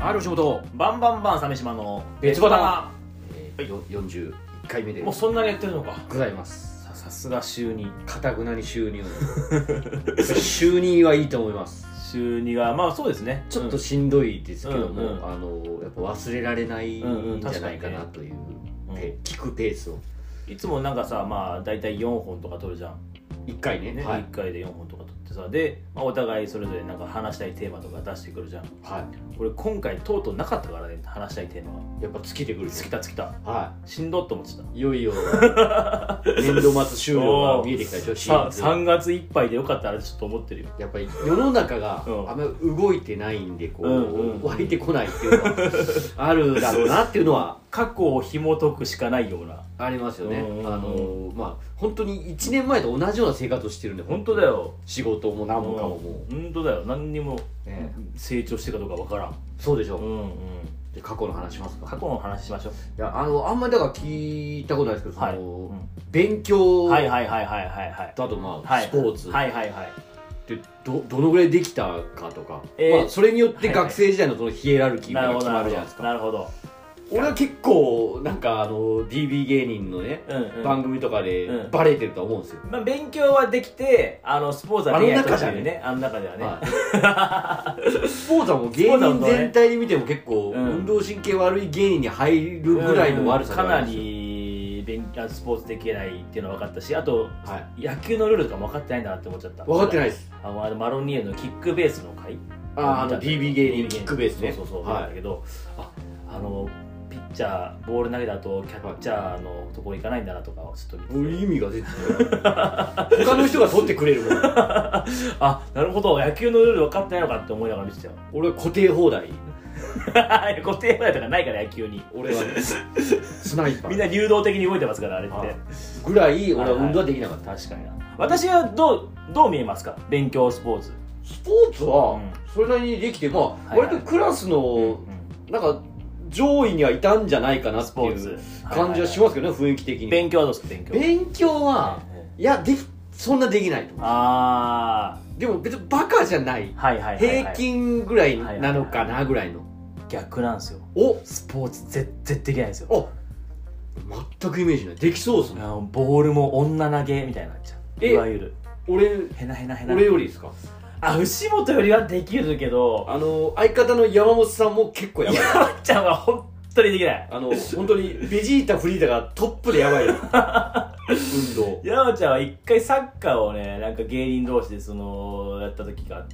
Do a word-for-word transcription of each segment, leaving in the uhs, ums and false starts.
はい、吉本バンバンバン鮫島の別バタ、 えー、 よよんじゅういっかいめでもうそんなにやってるのかございます。 ささすが週にかたくなに週に週にはいいと思います。 週にはまあそうですね、 ちょっとしんどいですけども、 うんうん、 あのやっぱ忘れられないんじゃないかなという、うんうん、聞くペースをいつもなんかさ、まあ大体よんほんとか撮るじゃん、 いっかい ね, ね、 はい、いっかいでよんほんとか撮ってさ、で、まあ、お互いそれぞれなんか話したいテーマとか出してくるじゃん。 はい、 俺今回とうとうなかったからね、話したいテーマがやっぱ尽きてくる。 尽きた尽きた、 はい、 しんどっと思ってた。 いよいよ年度末終了が見えてきたでしょ。 さんがついっぱいでよかったなってちょっと思ってるよ。 やっぱり世の中があんまり動いてないんでこう、うんうん、湧いてこないっていうのはあるだろうなっていうのは過去を紐解くしかないようなありますよね。あのまあ本当にいちねんまえと同じような生活をしてるんで、 本当だよ。 仕事も何もかももう本当だよ。何にも成長してるかどうかわからん。 そうでしょ。 うんうん。 で過去の話しますか。 過去の話しましょう。 いやあのあんまりだから聞いたことないですけど、その、はい、うん、勉強とはいはいはいはいはいはい。 あとまあスポーツはいはいはい。 で ど, どのぐらいできたかとか、 えーまあ、それによって学生時代のそのヒエラルキーが決まるじゃないですか。 なるほど。 俺は結構なんかあの ディービー 芸人のね、うんうん、番組とかでバレてると思うんですよ、 まあ、勉強はできてあのスポーツはできないというね、あの中ではね、はい、 スポーツはもう芸人全体で見ても結構運動神経悪い芸人に入るぐらいの悪さがあるんですよ、うんうん、かなり勉スポーツできないっていうのは分かったし、あと、はい、野球のルールとかも分かってないんだなって思っちゃった。 分かってないです。 あのマロニエルのキックベースの回、 ああの ディービー 芸人キックベースね、 そうそうそう、はい、なんだけど、ああのピッチャーボール投げた後キャッチャーのところ行かないんだなとかちょっと見て、 意味が出てない他の人が取ってくれるもんあ、なるほど、野球のルール分かってないのかって思いながら見てたよ。 俺は固定放題固定放題とかないから野球に。 俺はねスナイパーみんな流動的に動いてますから、あれってぐらい俺は運動はできなかった、 はいはい、確かにな。私はどうどう見えますか、勉強スポーツ。 スポーツはそれなりにできて、まあ、はいはい、割とクラスの、うんうん、なんか上位にはいたんじゃないかなっていう感じはしますけどね、はいはいはい、雰囲気的に。 勉強はどうですか。勉強勉強は、いやでそんなできないと思う。あでも別にバカじゃない、はいはいはいはい、平均ぐらいなのかなぐらいの。 逆なんですよ。 おスポーツ絶対できないんですよ。 全くイメージない。できそうですね。 ボールも女投げみたいになっちゃう。いわゆる俺へなへなへな俺よりですか。 あ、牛本よりはできるけど、 あの相方の山本さんも結構やばい。 山ちゃんは本当にできない。 あの本当にベジータフリータがトップでやばい運動。 山ちゃんは一回サッカーをね、なんか芸人同士でそのやった時があって、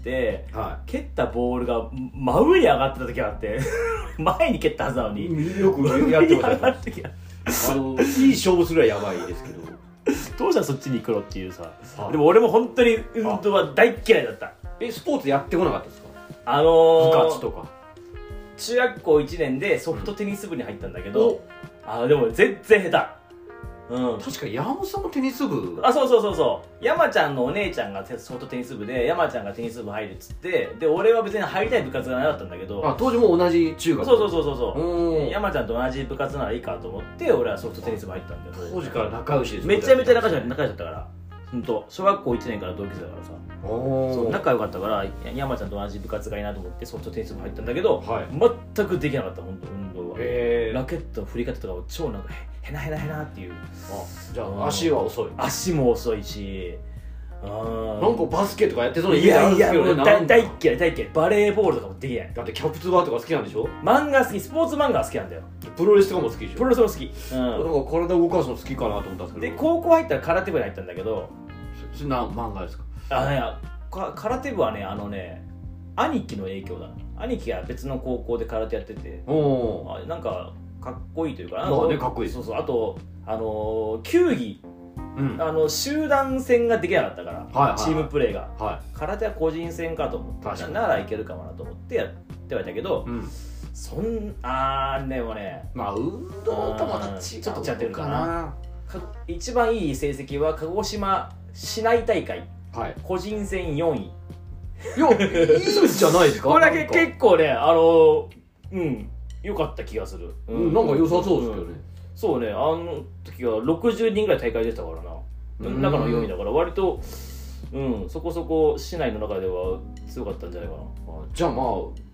はい、蹴ったボールが真上に上がってた時があって前に蹴ったはずなのによくやってましたね。あのいい勝負するはやばいですけどどうしたらそっちに行くのっていうさ。でも俺も本当に運動は大嫌いだった。 え、スポーツやってこなかったですか。 あのー、 部活とか。 中学校いちねんでソフトテニス部に入ったんだけど、うん、あでも全然下手。うん、 確かに山本さんもテニス部。 あ、そうそうそうそう。山ちゃんのお姉ちゃんがソフトテニス部で、山ちゃんがテニス部入るっつって、で俺は別に入りたい部活がなかったんだけど、 あ、当時も同じ中学。 そうそうそうそうそう。山ちゃんと同じ部活ならいいかと思って俺はソフトテニス部入ったんだよ。 当時から仲良しです。 めちゃめちゃ仲良し仲良しだったから。本当小学校いちねんから同級生だからさ。そう仲良かったから山ちゃんと同じ部活がいいなと思ってソフトテニス部入ったんだけど、はい、全くできなかった。本当運動は。ラケットの振り方とかを超なんかへなへなへなっていう。 あ、じゃあ足は遅い。 足も遅いし、 あなんかバスケとかやってそうなイメージあるんですけどね。大大嫌い大嫌い。バレーボールとかもできない。 だってキャプツバーとか好きなんでしょ。 漫画好き、スポーツ漫画好きなんだよ。 プロレスとかも好きでしょ。 プロレスも好き。うん。 なんか体動かすの好きかなと思ったんですけど。 で高校入ったら空手部に入ったんだけど。 そんな漫画ですか。 あね、か空手部はね、あのね、兄貴の影響だ。兄貴が別の高校で空手やってて、おあなんかかっこいいというか、 まあね、かっこいい。 そうそう。あとあのー、球技、うん、あの集団戦ができなかったから、はいはいはい、チームプレーが、はい、空手は個人戦かと思ってならいけるかもなと思ってやってはいたけど、うん、そんあーでもね、 まあ運動とまた違うちょっと違ってるかな。一番いい成績は鹿児島市内大会、はい、個人戦よんい。いや、いいじゃないですか。 これだけ結構ね、あのうん良かった気がする、 うん、なんか良さそうですけどね、うん、 そうね。あの時はろくじゅうにんぐらい大会出てたからな、中のよんいだから割と、うん、そこそこ市内の中では強かったんじゃないかな。 あ、じゃあまあ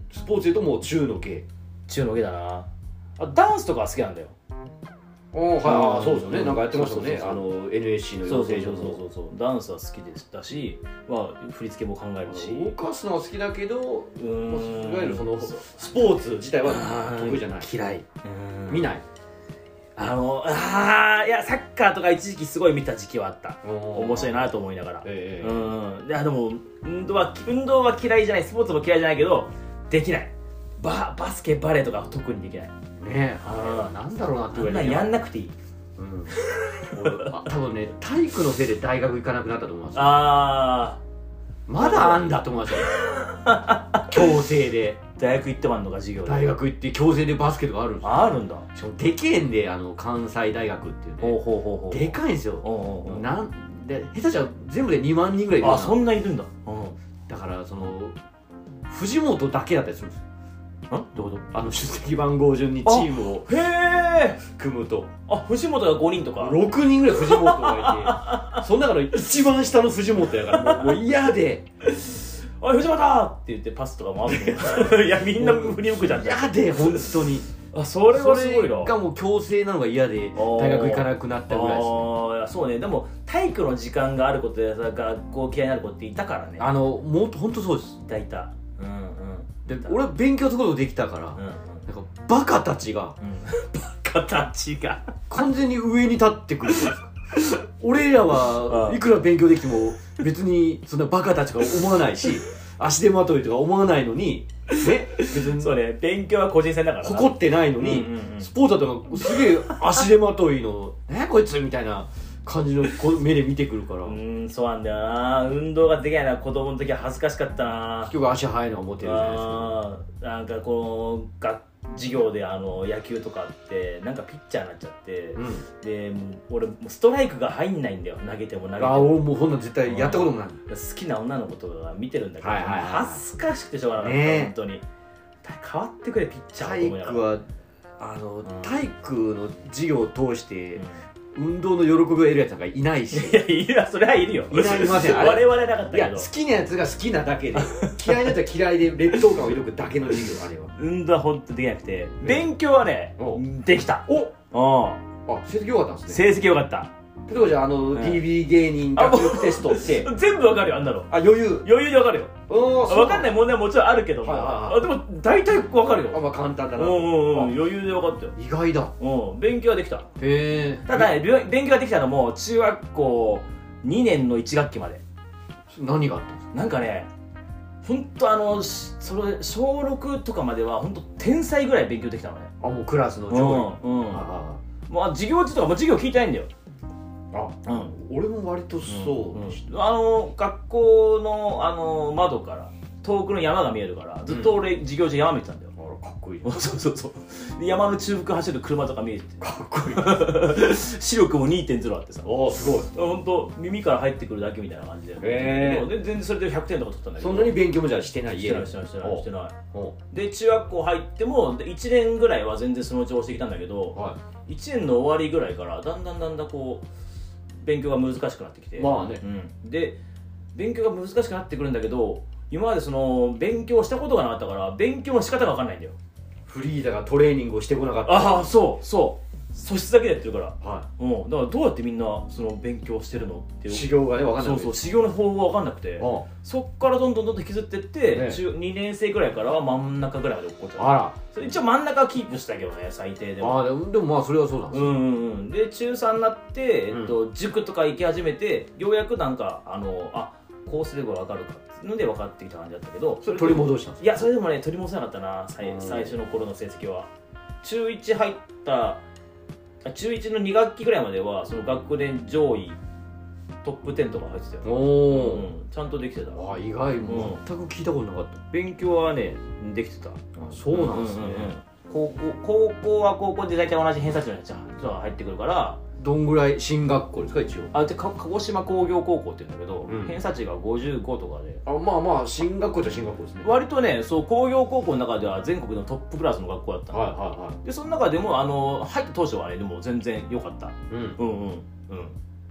スポーツでいうともう中の下中の下だなあ。ダンスとかは好きなんだよ。 あはい、そうですよね、なんかやってましたよね、あの エヌエイチシー の養成所の。 そうそうそうダンスは好きでしたし、まあ、振り付けも考えるし、 動かすのは好きだけど、 うーんいわゆるそのスポーツ自体は得意じゃない、 嫌い、 見ない。 あのあーいやサッカーとか一時期すごい見た時期はあった。面白いなと思いながら、えー、うんいやでも運動は運動は嫌いじゃない、スポーツも嫌いじゃないけどできない。ババスケバレーとか特にできないね。ああなんだろうなってぐらいやんなくていい。 うん、あ多分ね体育のせいで大学行かなくなったと思います。 ああまだあんだと思いましたよ強制で大学行ってもあんのか授業で。 大学行って強制でバスケとかあるんですよ。 あるんだ。 しかもでけえんで、あの関西大学っていうね。ほうほうほうほうでかいんですよ。おうおうおうなんで下手じゃ全部でにまんにんぐらいいる。 あそんないるんだ。 うん、だからその藤本だけだったりするんですよ。 んどういうこと？ あの出席番号順にチームをへえ組むと、 あ藤本がごにんとかろくにんぐらい藤本がいてその中の一番下の藤本やからもう嫌でおい藤本って言ってパスとかもあるのいやみんな振り向くじゃん。 嫌で本当にあそれはすごいな。 それがもう強制なのが嫌で大学行かなくなったぐらいですね。 あそうね。でも体育の時間があることでさ学校嫌いになる子っていたからね。 あのもう本当そうです。 いたいた。うんうんで俺は勉強することできたから、うんうん、なんかバカたちが、うん、 バカたちが完全に上に立ってくるじゃないですか俺らはいくら勉強できても別にそんなバカたちが思わないし足手まといとか思わないのにね別にそうね勉強は個人戦だから誇ってないのに、うんうんうん、スポーツだとすげえ足手まといのねこいつみたいな感じの目で見てくるからうんそうなんだよな。運動ができないのは子供の時は恥ずかしかったな。 結局足速いのがモテるじゃないですか。 なんかこの学授業であの野球とかってなんかピッチャーになっちゃって、うん、でもう俺ストライクが入んないんだよ。投げても投げても。 あ俺もうほんな絶対やったこともない。 好きな女の子とかが見てるんだけど、はいはいはい、恥ずかしくてしょうがなかった、ね、本当に変わってくれピッチャーと思いながら。 体育はあの、うん、体育の授業を通して、うん運動の喜びを得るやつなんかいないし。 いやいやそれはいるよ。 いないません。 我々なかったけど。いや好きなやつが好きなだけで嫌いなやつは嫌いで劣等感を抱くだけの授業あれは。 運動は本当できなくて、勉強はねできた。 おあ成績良かったんですね。成績良かった。 例えばじゃああの ティービー 芸人学力テストって全部わかるよ。あんなのあ余裕余裕でわかるよ。わかんない問題はもちろんあるけども、でも大体わかるよ。 あまあ簡単だな。 余裕でわかったよ。 意外だ。 うん勉強はできた。へえ。 ただね勉強ができたのも中学校にねんのいち学期まで。 何があったんですか。 なんかね本当あのそれ小ろくとかまでは本当天才ぐらい勉強できたのね。 あもうクラスの上位。うんうん。 まあ授業中とかも授業聞いてないんだよ。 あ、うん、俺も割とそうでした、 うんうん、あの学校のあの窓から遠くの山が見えるからずっと俺、うん、授業中山見てたんだよ。 あらかっこいい。 そうそうそうで山の中腹走る車とか見えててかっこいい視力も にてんゼロ あってさおすごい本当耳から入ってくるだけみたいな感じで、えー、で全然それでひゃくてんとか取ったんだけど。 そんなに勉強もじゃあしてない。 してないしてないしてないしてないで中学校入ってもいちねんぐらいは全然そのうち押してきたんだけど、はい、いちねんの終わりぐらいからだんだんだんだんこう勉強が難しくなってきて、 まあね、 うん、で勉強が難しくなってくるんだけど今までその勉強したことがなかったから勉強の仕方が分かんないんだよ。 フリーだからトレーニングをしてこなかった。 ああそうそう素質だけでやってるから、はい、うん、だからどうやってみんなその勉強してるのっていう修行がね分かんない。 そうそう修行の方法が分かんなくて、ああそっからどんどんどんどん引きずってって、ね、中にねん生ぐらいからは真ん中ぐらいまで落っこっちゃう。 あらそれ一応真ん中はキープしたけどね最低でも。 あでもでもまあそれはそうなんですよ。うんうんで中さんになって、えっと、塾とか行き始めてようやくなんかあのあこうすれば分かるかっていうので分かってきた感じだったけど、 それ取り戻したんですか。 いやそれでもね取り戻せなかったな 最, 最初の頃の成績は。中いち入った中いちのに学期ぐらいまではその学年上位トップじゅうとか入ってたよ。お、うん、ちゃんとできてた。 あ意外、うん、全く聞いたことなかった。 勉強はねできてた。あそうなんですね。 高校高校は高校で大体同じ偏差値のやつが入ってくるから。 どんぐらい進学校ですか一応。 あでか鹿児島工業高校って言うんだけど、うん、偏差値がごじゅうごとかで。 あまあまあ進学校じゃ進学校ですね。 割とねそう工業高校の中では全国のトップクラスの学校だったの。はいはいはい。でその中でもあの入った当初はねでも全然良かった。うんうんうんうん。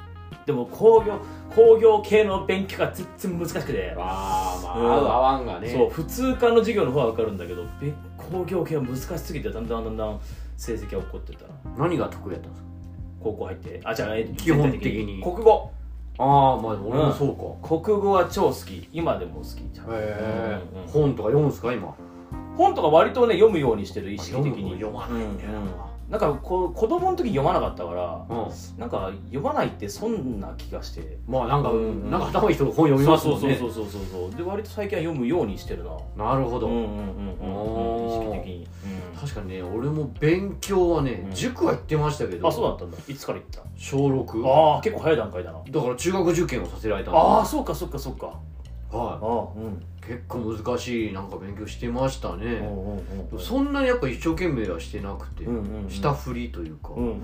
でも工業工業系の勉強が全然難しくて、 ああまあ、うん、合う合わんがね。 そう普通科の授業の方は分かるんだけど、工業系は難しすぎてだんだんだんだん成績が起こってた。 何が得意やったんですか高校入って。あじゃあ基本的に国語。 ああまあ俺もそうか、 うん、国語は超好き、今でも好きじゃん。へえ、うんうん、本とか読むんですか今。 本とか割とね読むようにしてる、意識的に。 読まないんだよな、うんうん、 なんかこ子供の時読まなかったから、うん、なんか読まないってそんな気がして。 まあなんか、うん、なんか頭いい人が本読みますもんね。 そうそうそうそうそう。で割と最近は読むようにしてるな。 なるほど。 うんうんうんうん、意識的に、 うん、確かにね、俺も勉強はね、うん、塾は行ってましたけど。 あ、そうだったんだ。いつから行った？ しょうろく。 ああ結構早い段階だな。 だから中学受験をさせられたんだ。 ああそうかそうかそうか。 はい、あ、うん、結構難しいなんか勉強してましたね。そんなにやっぱ一生懸命はしてなくて、うんうんうん、下振りというか、うんうんうん、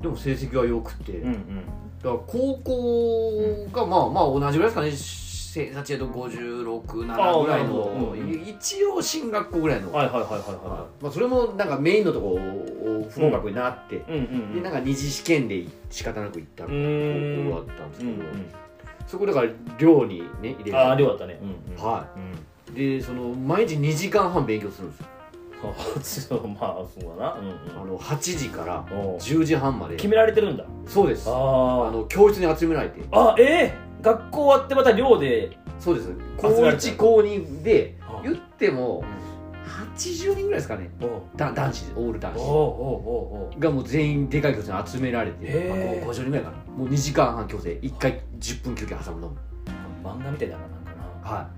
でも成績は良くて、うんうん、だから高校がまあまあ同じぐらいですかね、偏差値だとごじゅうろく、ななぐらいの、うんうん、一応進学校ぐらいの、はいはいはいはい、はい、まあ、それもなんかメインのところ不合格になって、うんうんうん、でなんか二次試験で仕方なく行った高校だったんですけど、うんうん、そこだから寮にね入れる。 ああ寮だったね、うんうん、 はい、うん、でその毎日にじかんはん勉強するんですよ。 そうまあそうだな、うんうん、 あのはちじからじゅうじはんまで決められてるんだ。 そうです。ああの教室に集められて、 あえー、学校終わってまた寮で。 そうです。こういちこうにで言ってもはちじゅうにんぐらいですかね、だ男子オール男子がもう全員でかい教室に集められて、まあ、ごじゅうにんぐらいかな。もうにじかんはん強制、いっかいじゅっぷん休憩挟むの。 漫画みたいだな、なんかな。 はい、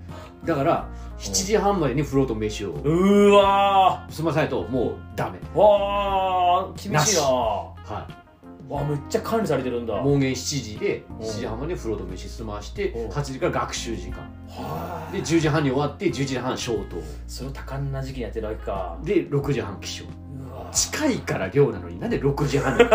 だからしちじはんまでに風呂と飯をうわ済まさないともうダメ。 わー厳しいな。はい、わめっちゃ管理されてるんだ。 門限しちじでしちじはんまで風呂と飯済ましてはちじから学習時間でじゅうじはんに終わってじゅういちじはん消灯。 それを多感な時期にやってるわけか。 でろくじはん起床。近いから寮なのになんでろくじはんに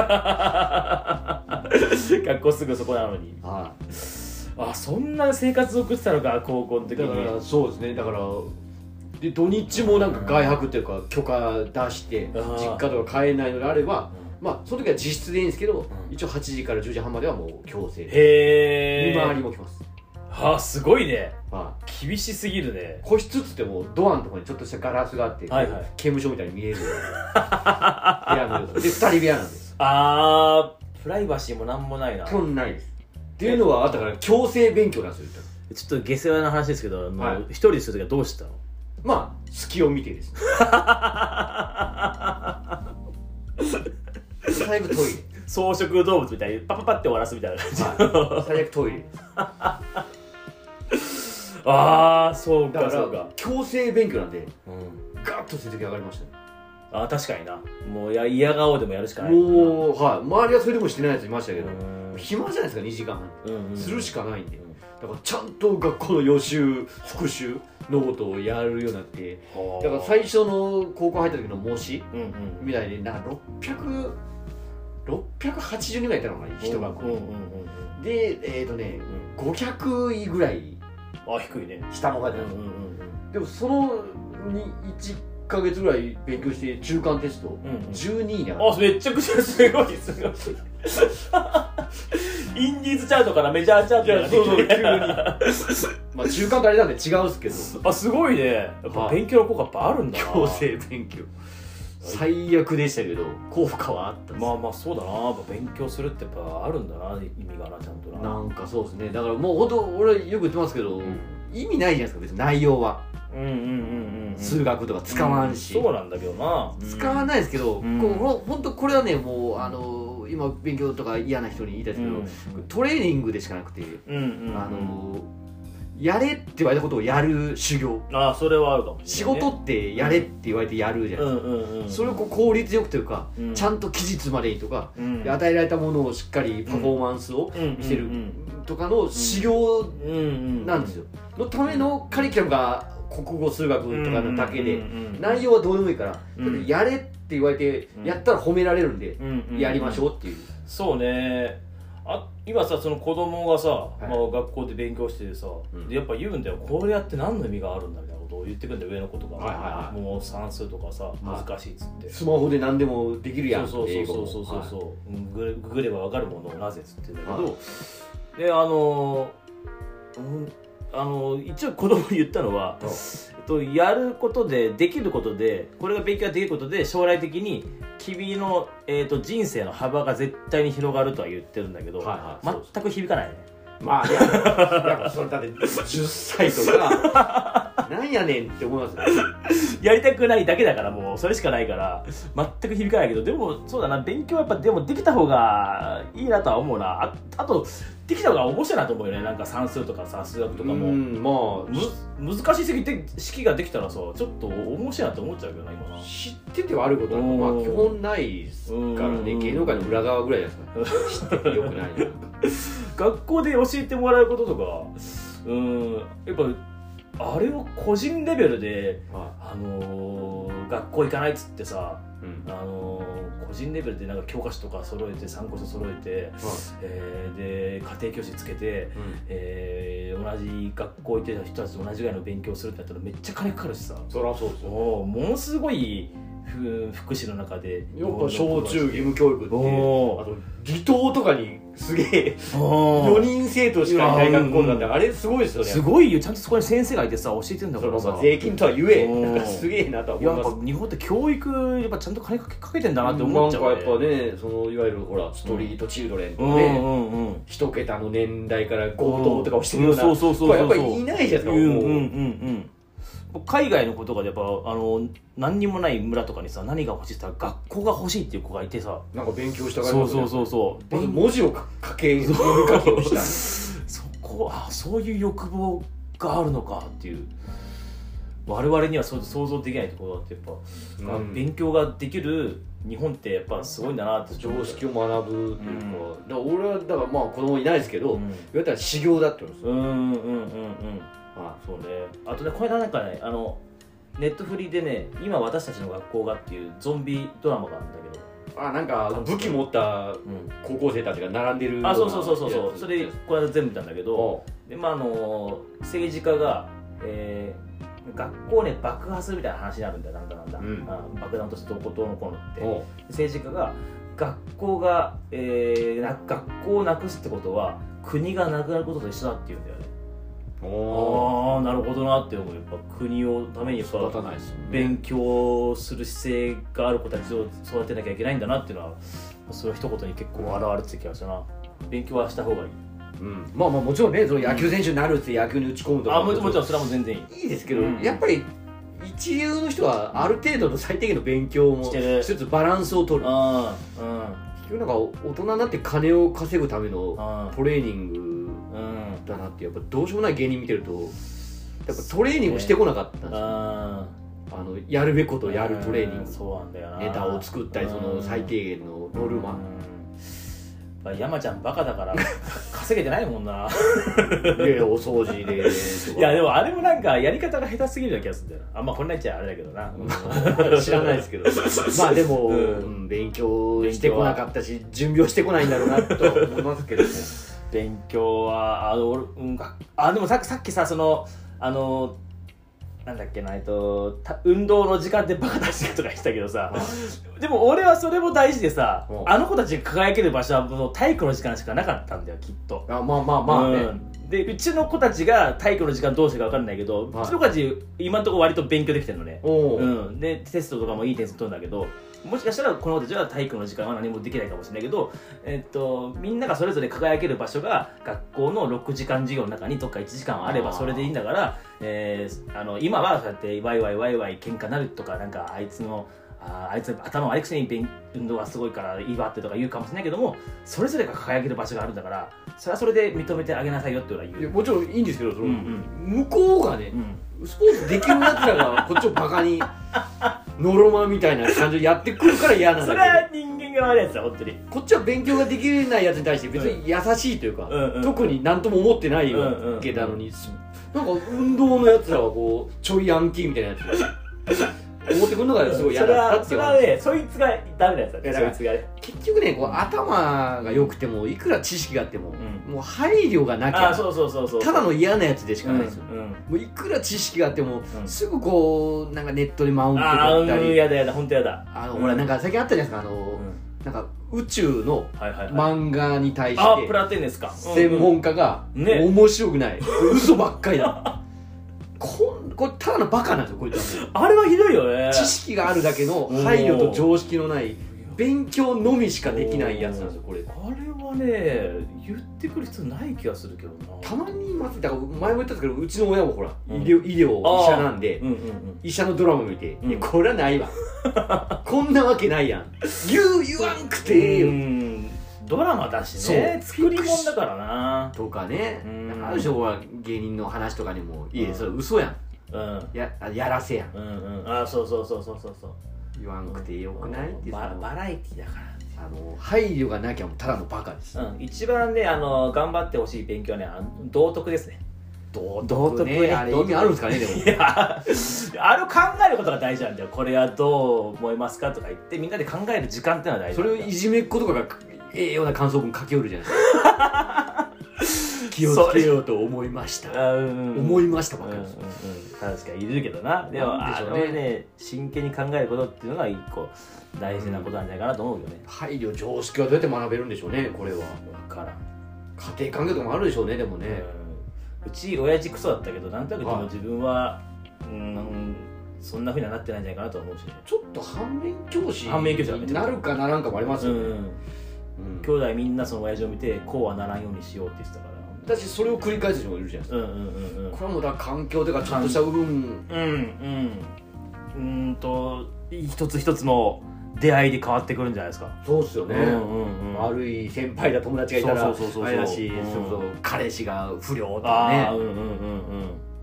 学校すぐそこなのに。はい、あそんな生活を送ってたのか高校の時に。 だからそうですね。だからで土日もなんか外泊っていうか許可出して実家とか帰れないのであれば、まあその時は実質でいいんですけど、一応はちじからじゅうじはんまではもう強制で。へえ。見回りも来ます。 はあすごいね。はあ、厳しすぎるね。 個室つってもドアのところにちょっとしたガラスがあって、はいはい、刑務所みたいに見える部屋のでふたり部屋なんです。 あープライバシーもなんもないな。 基本ないです。っていうのはあったから強制勉強なんですよ。 ちょっと下世話な話ですけど、はい、一人でする時はどうしたの？ まあ隙を見てですね。最悪トイレ。 草食動物みたいにパパパって終わらすみたいな感じ。 はい、最悪トイレ。 ああそうかそうか。 強制勉強なんで、うん、ガッと成績上がりましたね。 ああ確かにな。もうや嫌顔でもやるしかない。 もうはい周りはそれでもしてないやついましたけど、暇じゃないですかにじかんはん、うんうん、するしかないんで、だからちゃんと学校の予習復習のことをやるようになって、だから最初の高校入った時の模試、うんうん、みたいでなんかろっぴゃく、ろっぴゃくはちじゅうにんぐらいいたのかな、一学校で、えっ、ー、とね、うん、ごひゃくいぐらい。 あ低いね。 下の方で、うんうんうん、でもそのにいっかげつぐらい勉強して中間テスト、うんうん、じゅうにいに上がった。 あめっちゃくちゃすごいすごい。インディーズチャートからメジャーチャートがそうそう急にまあ中間とあれなんで違うんですけど、 あすごいね。やっぱ勉強の効果やっぱあるんだな。 強制勉強最悪でしたけど効果はあったんです。 まあまあそうだな。やっぱ勉強するってやっぱあるんだな、意味がなちゃんとな。 なんかそうですね。だからもう本当俺よく言ってますけど、うん、意味ないじゃないですか別に内容は。うんうんうんうん、数学とか使わんし、 うん、そうなんだけどな、 うん、使わないですけど、うん、こう本当これはねもうあの今勉強とか嫌な人に言いたいですけど、うん、トレーニングでしかなくて、うんうんうん、あのやれって言われたことをやる修行。 ああそれはあるかもしれない、ね、 仕事ってやれって言われてやるじゃないですか、うんうんうん、それをこう効率よくというか、うん、ちゃんと期日までにとか、うん、与えられたものをしっかりパフォーマンスを見せるとかの修行なんですよ、のためのカリキュラムが国語数学とかのだけで、内容はどうでもいいから、うん、やれって言われてやったら褒められるんで、やりましょうっていう。 そうね。 あ今さその子供がさ、はい、まあ、学校で勉強しててさ、うん、でやっぱ言うんだよ、これやって何の意味があるんだみたいなことを言ってくるんだよ、上の子とか、はいはいはい、もう算数とかさ難しいっつって、 スマホで何でもできるやん、 そうそうそうそうそうそう、はい、ググれば分かるものをなぜっつってんだけど、はい、であのー、うんあの一応子供に言ったのは、えっと、やることでできることでこれが勉強ができることで将来的に君の、えー、と人生の幅が絶対に広がるとは言ってるんだけど、はいはい、全く響かないね。まあいやいやそれだってじゅっさいとかなんやねんって思いますね。 やりたくないだけだからもうそれしかないから全く響かないけど、でもそうだな、勉強はやっぱでもできた方がいいなとは思うな。 あ, あとできた方が面白いなと思うよね。なんか算数とかさ数学とかも、うんまあ、む難しすぎて式ができたらさちょっと面白いなと思っちゃうけどな今な。 知ってて悪いことはまあ基本ないですからね。芸能界の裏側ぐらいじゃないですか。知っててよくないな。 学校で教えてもらうこととか、うーんやっぱあれを個人レベルで、はい、あのー、学校行かないっつってさ、うん、あのー、個人レベルでなんか教科書とか揃えて参考書揃えて、はい、えー、で家庭教師つけて、うん、えー、同じ学校行ってた人たちと同じぐらいの勉強するってなったらめっちゃ金かかるしさ。 そりゃそうですよ、ね、 ものすごい福祉の中でやっぱ小中義務教育って、あと離島とかにすげえよにん生徒しかいない学校なんて、あれすごいですよね。 すごいよ、ちゃんとそこに先生がいてさ教えてんだからさ、 税金とは言えなんかすげえなとは思います。 やっぱ日本って教育やっぱちゃんと金かけ、かけてんだなって思っちゃう、ね、 なんかやっぱね、そのいわゆるほらストリートチルドレンとかね、うんうんうん、一桁の年代から強盗とかをしてるような子はやっぱりいないじゃないですか。うんうんうんうん海外の子とかでやっぱあの何にもない村とかにさ何が欲しいって言ったら学校が欲しいっていう子がいてさ、 なんか勉強したがりますね。そうそうそうそう、 まず文字を書け読み書きをしたそこあそういう欲望があるのかっていう、我々にはそう想像できないところだってやっぱ、うん、勉強ができる日本ってやっぱすごいんだなって。 常識を学ぶっていうか、うん、だから俺はだからまあ子供いないですけど、うん、言われたら修行だって言うんですよ。うんうんうんうん、 ああそうね。あとねこれなんかねあのネットフリでね今私たちの学校がっていうゾンビドラマがあるんだけど、 あなんか武器持った高校生たちが並んでる、うん、 あそうそうそうそうそう、それこれは全部なんだけど、でまああの政治家が、えー、学校ね爆破するみたいな話になるんだよ、なんだなんだ、うん、あ爆弾としてどこどうのこうのって政治家が学校が、えー、な学校をなくすってことは国がなくなることと一緒だって言うんだよね。ああなるほどなって思う。やっぱ国をためにやっぱ勉強する姿勢がある子たちを育てなきゃいけないんだなっていうのはそれ一言に結構表れてきましたな。勉強はした方がいい、 うん、まあまあもちろんねその野球選手になるって野球に打ち込むとか、 うん、あもちろんそれはもう全然いいいいですけど、うん、やっぱり一流の人はある程度の最低限の勉強もしつつバランスを取る。うんうん結局なんか大人になって金を稼ぐためのトレーニングだなってやっぱどうしようもない芸人見てるとやっぱトレーニングをしてこなかったんですよ。あのやるべきことをやるトレーニング、 そうなんだよな、 ネタを作ったりその最低限のノルマ。 山ちゃんバカだから稼げてないもんな。いやお掃除でいやでもあれもなんかやり方が下手すぎるような気がするんだよな。あんまこんな言っちゃあれだけどな、 うん、知らないですけどまあでも、うん、勉強してこなかったし準備をしてこないんだろうなと思いますけども勉強はあの、うん、あでもさ, さっきさそのあのなんだっけなえっと運動の時間でバカ出してとか言ってたけどさ、うん、でも俺はそれも大事でさ、うん、あの子たちが輝ける場所はもう体育の時間しかなかったんだよきっと。 あまあまあまあね、うん、 でうちの子たちが体育の時間どうしてか分かんないけど、はい、うちの子たち今のところ割と勉強できてるのね、うん、でテストとかもいい点数取るんだけど、もしかしたらこの子たちは体育の時間は何もできないかもしれないけど、えっと、みんながそれぞれ輝ける場所が学校のろくじかん授業の中にどっかいちじかんあればそれでいいんだから、えー、あの今はそうやってワイワイワイワイ喧嘩なるとかなんかあいつのあ, あいつ頭悪いくせに運動がすごいからいいわってとか言うかもしれないけども、それぞれが輝ける場所があるんだからそれはそれで認めてあげなさいよって俺は言う。 いやもちろんいいんですけど、その、うんうん、向こうがね、うん、スポーツできるやつらがこっちをバカにノロマみたいな感じでやってくるから嫌なんだけど、 それは人間が悪いやつだ本当に。 こっちは勉強ができないやつに対して別に優しいというか、うんうん、特に何とも思ってないわけなのに、うんうんうん、なんか運動のやつらはこうちょいヤンキーみたいなやつ思ってくるのがすごい嫌だったっていう。 それはね、そいつがダメなやつだね。そいつがね。 結局ね、こう頭が良くてもいくら知識があっても、うん、もう配慮がなきゃ、 そうそうそうそう、 ただの嫌なやつでしかないですよ、 うんうん、 もういくら知識があっても、うん、すぐこうなんかネットでマウント取ったり、 ああ、やだやだ、本当やだ。 あの、うん、ほらなんか最近あったじゃないですか、あの、うん、なんか宇宙の漫画に対して、 はいはいはい、あ、プラテンですか、 専門家が、うんうん、面白くない、ね、嘘ばっかりだこ, これただのバカなんですよ、こいつは。 あれはひどいよね。 知識があるだけの配慮と常識のない勉強のみしかできないやつなんですよ、これ。 あれはね、言ってくる必要ない気がするけどな。 たまにいます。だから前も言ったんですけど、うちの親もほら、うん、医療、医療医者なんで、うんうんうん、医者のドラマ見て、うん、いやこれはないわこんなわけないやん、言う言わんくてええよ。 ドラマだしね、作り物だからなとかね、ある種は芸人の話とかにも、いえ、それ嘘やん、うん、や, やらせやん、 うんうん、あ、そうそうそうそうそうそう、 言わんくてよくない、うん、ってバ, バラエティだから、 あの配慮がなきゃもうただのバカです、 うん、一番ね、あの頑張ってほしい勉強はね、あの道徳ですね。 道徳ね、あれ意味あるんですかね。でもいや、あれを考えることが大事なんだよ。これはどう思いますかとか言ってみんなで考える時間ってのは大事。 それをいじめっ子とかがええような感想文書きおるじゃないですか気をつけようと思いました、うん、思いましたばっかりです、うんうんうん、確かにいるけどな。でもで、ね、あのね、真剣に考えることっていうのが一個大事なことなんじゃないかなと思うよね、 うん、配慮常識はどうやって学べるんでしょうね、これは。分からん。家庭環境とかもあるでしょうね、でもね、 うん、うち親父クソだったけど、なんとなくでも自分は、うん、そんなふうにはなってないんじゃないかなと思うし、ね、 ちょっと反面教師になるかならんかもありますよね、うんうんうん、兄弟みんなその親父を見てこうはならんようにしようって言ってたから。 だしそれを繰り返す人もいるじゃないですか、うんうんうんうん、これはもうだ環境というかちょっとした部分、うんうんうんと一つ一つの出会いで変わってくるんじゃないですか。 そうですよね、うんうんうん、悪い先輩だ友達がいたらあれだし、うん、そうそう彼氏が不良とかね、うんうんうんうん、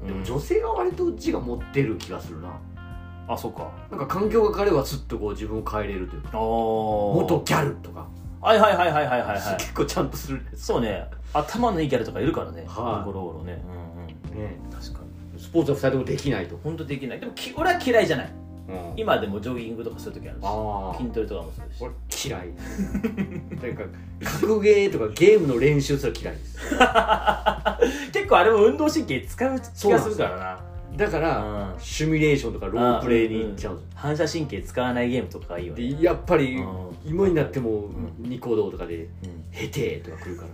でも女性が割とうちが持ってる気がするな。 あ、そうか。 なんか環境が変わればすっとこう自分を変えれるというか、元ギャルとか、 はいはいはいはいはいはい、はい、 結構ちゃんとする。 そうね、頭のいいギャルとかいるからね、 はい、 ゴロゴロね、うんうん、ね、確かにスポーツはふたりともできないと。 本当できない。でもき俺は嫌いじゃない、うん、今でもジョギングとかするときあるし、あ筋トレとかもするし。 俺嫌いというか格ゲーとかゲームの練習すら嫌いです結構あれも運動神経使う気がするからな。 だから、うん、シミュレーションとかロープレイに行っちゃうんです、うんうん、 反射神経使わないゲームとかがいいよね。 でやっぱり、うん、今になっても、うん、ニコ動とかで、うん、ヘテーとか来る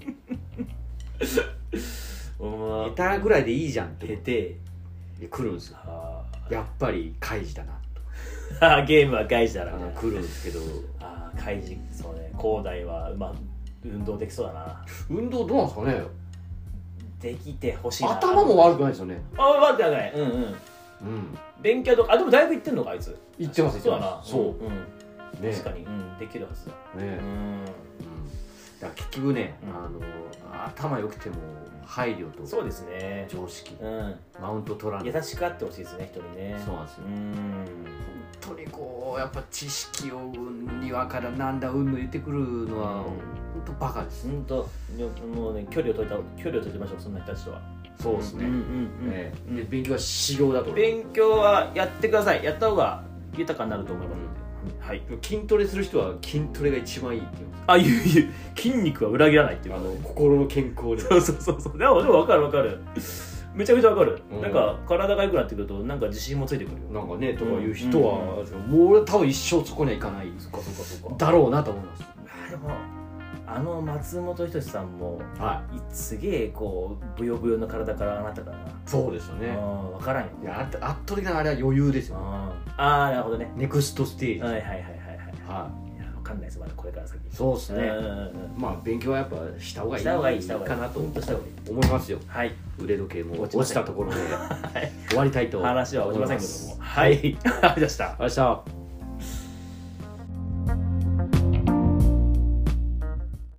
からヘタぐらいでいいじゃんってヘテー来るんですよ。やっぱり開示だなとゲームは開示だな来るんですけど、 あ開示、そうね、広大は、まあ、運動できそうだな。 運動どうなんですかね。 できてほしいな。 頭も悪くないですよね。 あ、悪くない。うんうん、うん、勉強とか。あ、でも大学行ってんのか、あいつ。 行ってます。 そうだな。 そう、うん、 ね、確かに、うん、できるはずだね。うん、 だから結局ね、うん、あの頭良くても配慮とそうですね、 常識、うん、マウント取らない、 優しくあってほしいですね、人にね。 そうなんですよ。うん、本当にこうやっぱ知識をにわからなんだうんの言ってくるのは、うん、本当バカです。 本当もうね、距離を取りた距離を取りましょう、そんな人たちとは。 そうですね。ね、で勉強は修行だと。 勉強はやってください。やった方が豊かになると思いますので。 うん、はい。筋トレする人は筋トレが一番いいって言うんです。 あ、いういう筋肉は裏切らないっていう、 あの心の健康で。 そうそうそうそう。でもでも分かる分かる。めちゃめちゃ分かる、うん、なんか体が良くなってくるとなんか自信もついてくるよ。 なんかねとかいう人は、うん、もう俺多分一生そこにはいかない。そっかそっかそっか。だろうなと思います。 あでもあの松本人志さんも、はい、すげえこうブヨブヨの体からあなたからな。 そうですよね。 分からんよ。 いや圧倒的なあれは余裕ですよ。 ああなるほどね。 ネクストステージ。 はいはいはいはいはい。 はい。 分かんないですまだこれから先。 そうですね。まあ勉強はやっぱした方がいいかなと思いますよ。はい。腕時計も落ちたところで終わりたいと。 話は落ちませんけども。はい。ありがとうございました。 ありがとうございました。